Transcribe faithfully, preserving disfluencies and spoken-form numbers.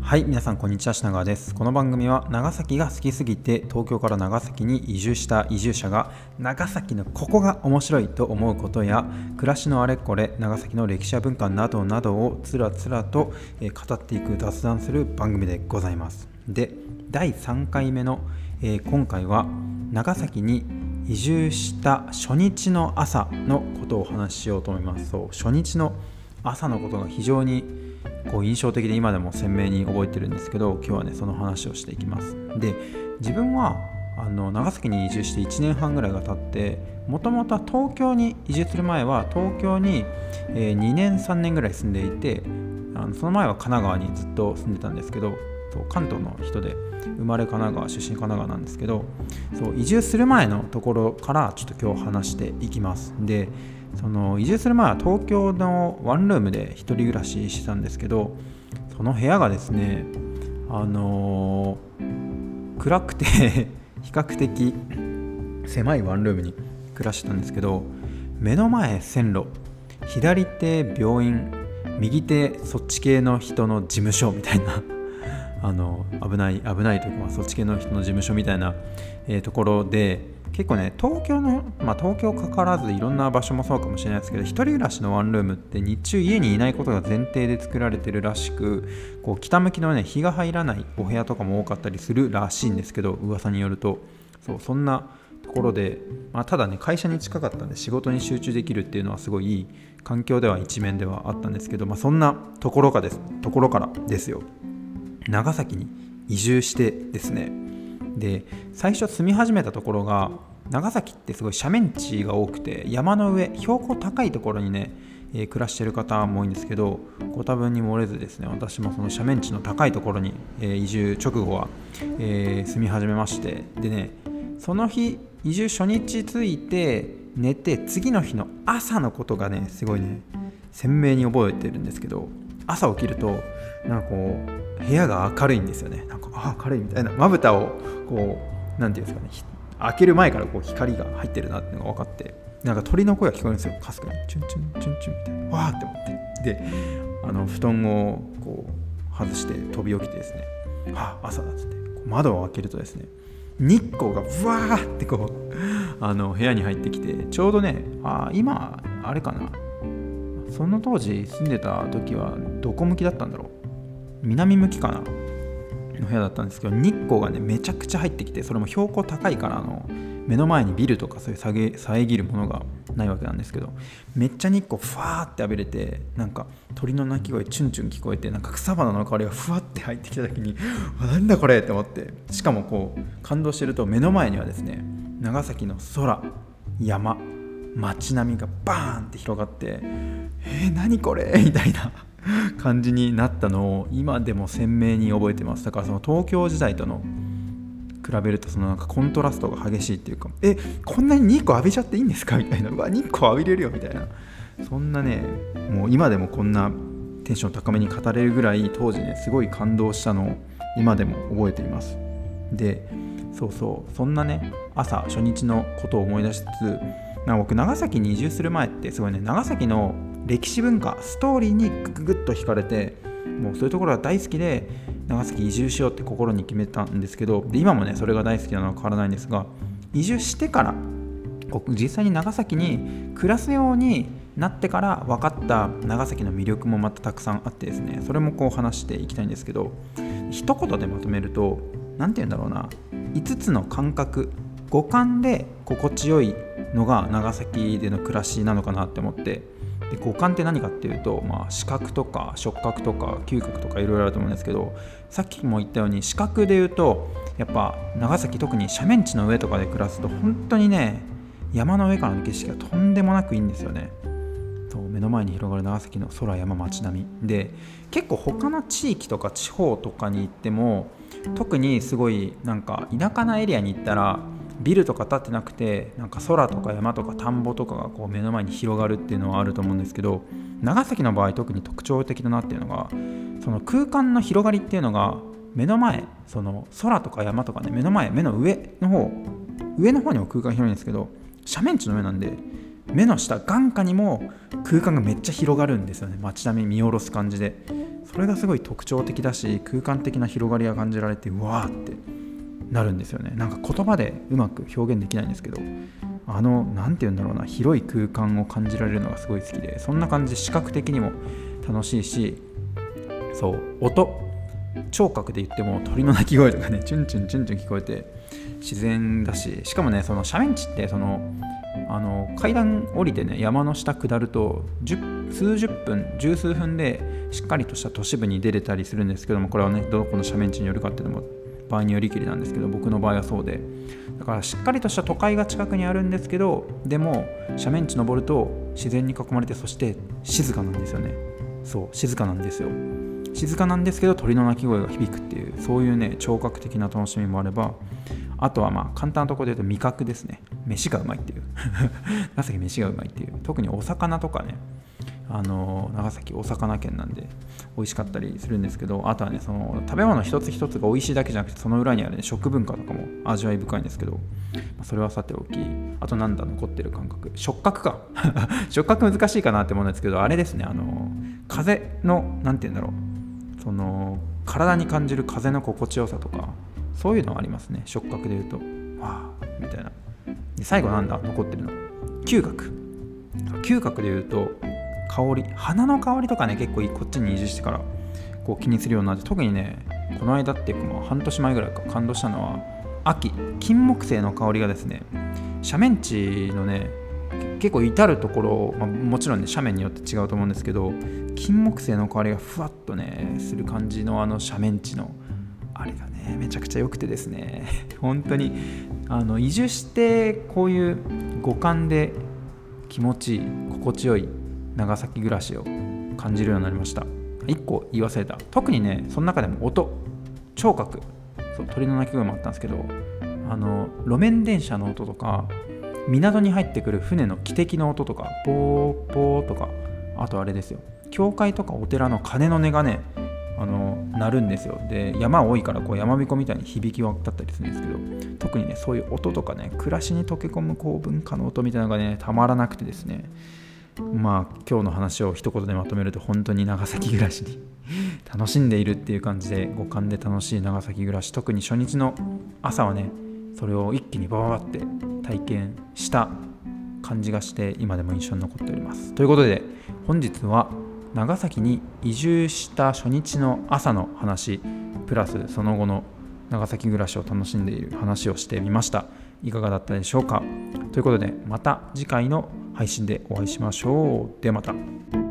はい、皆さんこんにちは、品川です。この番組は長崎が好きすぎて東京から長崎に移住した移住者が長崎のここが面白いと思うことや暮らしのあれこれ、長崎の歴史や文化などなどをつらつらと語っていく雑談する番組でございます。で、だいさんかいめの、えー、今回は長崎に移住した初日の朝のことをお話ししようと思います。そう、初日の朝のことが非常にこう印象的で今でも鮮明に覚えてるんですけど、今日はねその話をしていきます。で、自分はあの長崎に移住していちねんはんぐらいが経って、もともと東京に移住する前は東京に、えー、にねんさんねんぐらい住んでいて、あのその前は神奈川にずっと住んでたんですけど、そう関東の人で生まれ神奈川、出身神奈川なんですけど、そう移住する前のところからちょっと今日話していきます。で、その移住する前は東京のワンルームで一人暮らししてたんですけど、その部屋がですね、あのー、暗くて比較的狭いワンルームに暮らしてたんですけど、目の前線路、左手病院、右手そっち系の人の事務所みたいなあの危ない危ないというか、そっち系の人の事務所みたいな、えー、ところで、結構ね東京の、まあ、東京かからずいろんな場所もそうかもしれないですけど、一人暮らしのワンルームって日中家にいないことが前提で作られてるらしく、こう北向きのね日が入らないお部屋とかも多かったりするらしいんですけど、噂によるとそうそんなところで、まあ、ただね会社に近かったんで仕事に集中できるっていうのはすごいいい環境では一面ではあったんですけど、まあ、そんなところかですところからですよ、長崎に移住してですね。で、最初住み始めたところが、長崎ってすごい斜面地が多くて、山の上、標高高いところにね、えー、暮らしてる方も多いんですけど、ご多分に漏れずですね、私もその斜面地の高いところに、えー、移住直後は、えー、住み始めまして、でね、その日移住初日着いて寝て、次の日の朝のことがねすごいね鮮明に覚えてるんですけど、朝起きるとなんかこう部屋が明るいんですよね。なんかあ明るいみたいな、まぶたをこうなんていうんですかね、開ける前からこう光が入ってるなっていうのが分かって、なんか鳥の声が聞こえるんですよ、かすかにチュンチュンチュンチュンみたいな、わーって思って、であの布団をこう外して飛び起きてですね、あ朝だっつってこう窓を開けるとですね、日光がブワーってこうあの部屋に入ってきて、ちょうどねあ今あれかな、その当時住んでた時はどこ向きだったんだろう、南向きかなの部屋だったんですけど、日光がねめちゃくちゃ入ってきて、それも標高高いから、あの目の前にビルとかそういう遮遮るものがないわけなんですけど、めっちゃ日光ふわーって浴びれて、なんか鳥の鳴き声チュンチュン聞こえて、なんか草花の香りがふわって入ってきた時になんだこれって思って、しかもこう感動してると目の前にはですね、長崎の空、山、街並みがバーンって広がって、えー、何これみたいな感じになったのを今でも鮮明に覚えてます。だからその東京時代との比べると、そのなんかコントラストが激しいっていうか、えこんなに日光浴びちゃっていいんですかみたいな、うわ日光浴びれるよみたいな、そんなね、もう今でもこんなテンション高めに語れるぐらい当時ねすごい感動したのを今でも覚えています。で、そうそう、そんなね朝初日のことを思い出しつつ、なんか僕長崎に移住する前ってすごいね、長崎の歴史文化ストーリーにグググッと惹かれて、もうそういうところが大好きで長崎移住しようって心に決めたんですけど、で今もねそれが大好きなのは変わらないんですが、移住してから実際に長崎に暮らすようになってから分かった長崎の魅力もまたたくさんあってですね、それもこう話していきたいんですけど、一言でまとめると、なんて言うんだろうな、いつつの感覚、五感で心地よいのが長崎での暮らしなのかなって思って、で五感って何かっていうと、まあ、視覚とか触覚とか嗅覚とかいろいろあると思うんですけど、さっきも言ったように視覚で言うと、やっぱ長崎特に斜面地の上とかで暮らすと本当にね、山の上からの景色がとんでもなくいいんですよね。そう目の前に広がる長崎の空、山、街並みで、結構他の地域とか地方とかに行っても、特にすごいなんか田舎なエリアに行ったらビルとか建ってなくて、なんか空とか山とか田んぼとかがこう目の前に広がるっていうのはあると思うんですけど、長崎の場合特に特徴的だなっていうのが、その空間の広がりっていうのが、目の前、その空とか山とかね、目の前、目の上の方上の方にも空間広いんですけど、斜面地の上なんで目の下眼下にも空間がめっちゃ広がるんですよね。街並み見下ろす感じで、 それがすごい特徴的だし、空間的な広がりが感じられて、うわーってなるんですよね。なんか言葉でうまく表現できないんですけど、あのなんて言うんだろうな、広い空間を感じられるのがすごい好きで、そんな感じで視覚的にも楽しいし、そう音聴覚で言っても鳥の鳴き声とかね、チュンチュンチュンチュン聞こえて自然だし、しかもね、その斜面地ってそのあの階段降りてね、山の下下ると数十分十数分でしっかりとした都市部に出れたりするんですけども、これはねどこの斜面地によるかっていうのも場合によりきりなんですけど、僕の場合はそうで、だからしっかりとした都会が近くにあるんですけど、でも斜面地登ると自然に囲まれて、そして静かなんですよね。そう静かなんですよ。静かなんですけど鳥の鳴き声が響くっていう、そういうね聴覚的な楽しみもあれば、あとはまあ簡単なところで言うと味覚ですね。飯がうまいっていう長崎飯がうまいっていう、特にお魚とかね、あの長崎お魚県なんで美味しかったりするんですけど、あとはねその食べ物一つ一つが美味しいだけじゃなくて、その裏にある、ね、食文化とかも味わい深いんですけど、それはさておき、あとなんだ残ってる感覚、触覚か触覚難しいかなって思うんですけど、あれですね、あの風のなんて言うんだろう、その体に感じる風の心地よさとか、そういうのありますね、触覚で言うと。わーみたいな。で最後なんだ残ってるの、嗅覚。嗅覚で言うと香り、花の香りとかね、結構こっちに移住してからこう気にするようになって、特にねこの間っていうか、まあ半年前ぐらいか感動したのは、秋金木犀の香りがですね、斜面地のね結構至るところ、まあ、もちろんね斜面によって違うと思うんですけど、金木犀の香りがふわっとねする感じの、あの斜面地のあれがねめちゃくちゃ良くてですね本当にあの移住してこういう五感で気持ちいい心地よい長崎暮らしを感じるようになりました。一個言い忘れた、特にねその中でも音、聴覚、そう鳥の鳴き声もあったんですけど、あの路面電車の音とか、港に入ってくる船の汽笛の音とか、ポーポーとか、あとあれですよ、教会とかお寺の鐘の音がねあの鳴るんですよ。で山多いからこう山彦みたいに響き渡ったりするんですけど、特にねそういう音とかね、暮らしに溶け込むこう文化の音みたいなのがねたまらなくてですね、まあ今日の話を一言でまとめると、本当に長崎暮らしに楽しんでいるっていう感じで、五感で楽しい長崎暮らし、特に初日の朝はねそれを一気にバババって体験した感じがして、今でも印象に残っております。ということで本日は長崎に移住した初日の朝の話プラスその後の長崎暮らしを楽しんでいる話をしてみました。いかがだったでしょうか。ということでまた次回の配信でお会いしましょう。ではまた。